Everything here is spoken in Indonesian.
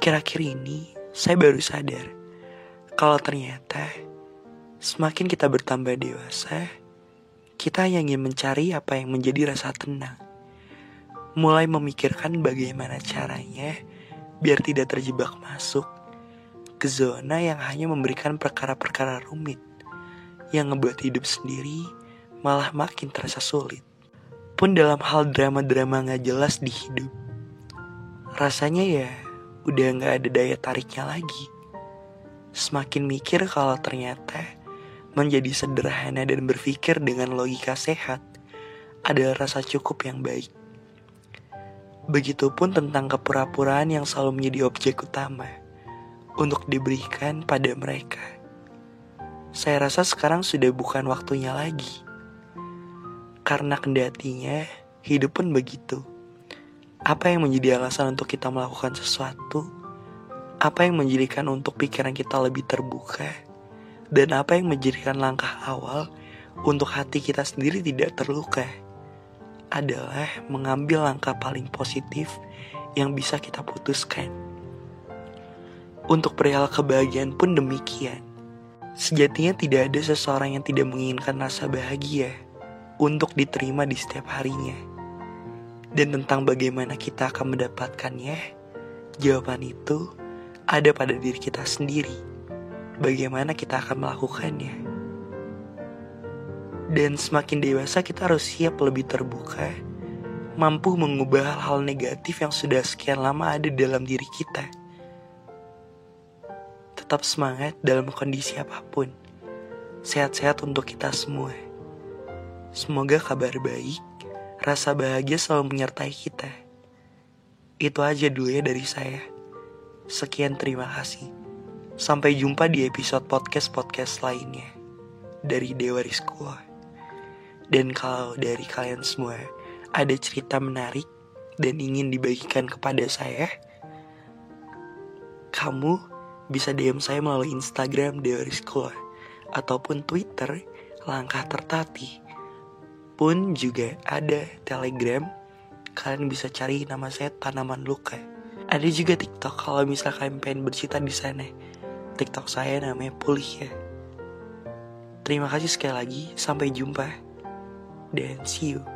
Akhir-akhir ini, saya baru sadar kalau ternyata semakin kita bertambah dewasa, kita hanya ingin mencari apa yang menjadi rasa tenang. Mulai memikirkan bagaimana caranya biar tidak terjebak masuk ke zona yang hanya memberikan perkara-perkara rumit yang ngebuat hidup sendiri malah makin terasa sulit. Pun dalam hal drama-drama gak jelas di hidup, rasanya ya udah gak ada daya tariknya lagi. Semakin mikir kalau ternyata menjadi sederhana dan berpikir dengan logika sehat adalah rasa cukup yang baik. Begitupun tentang kepura-puraan yang selalu menjadi objek utama untuk diberikan pada mereka. Saya rasa sekarang sudah bukan waktunya lagi. Karena kendatinya hidup pun begitu. Apa yang menjadi alasan untuk kita melakukan sesuatu? Apa yang menjadikan untuk pikiran kita lebih terbuka? Dan apa yang menjadikan langkah awal untuk hati kita sendiri tidak terluka? Adalah mengambil langkah paling positif yang bisa kita putuskan. Untuk perihal kebahagiaan pun demikian. Sejatinya tidak ada seseorang yang tidak menginginkan rasa bahagia untuk diterima di setiap harinya. Dan tentang bagaimana kita akan mendapatkannya, jawaban itu ada pada diri kita sendiri. Bagaimana kita akan melakukannya. Dan semakin dewasa kita harus siap lebih terbuka, mampu mengubah hal-hal negatif yang sudah sekian lama ada dalam diri kita. Tetap semangat dalam kondisi apapun. Sehat-sehat untuk kita semua. Semoga kabar baik, rasa bahagia selalu menyertai kita. Itu aja dulu ya dari saya. Sekian, terima kasih. Sampai jumpa di episode podcast-podcast lainnya dari Dewa Rizko. Dan kalau dari kalian semua ada cerita menarik dan ingin dibagikan kepada saya, kamu bisa DM saya melalui Instagram Dewa Rizko ataupun Twitter Langkah Tertati. Pun juga ada Telegram, kalian bisa cari nama saya Tanaman Luka. Ada juga TikTok kalau misalkan pengen bercerita di sana. TikTok saya namanya Pulih ya. Terima kasih sekali lagi, sampai jumpa dan see you.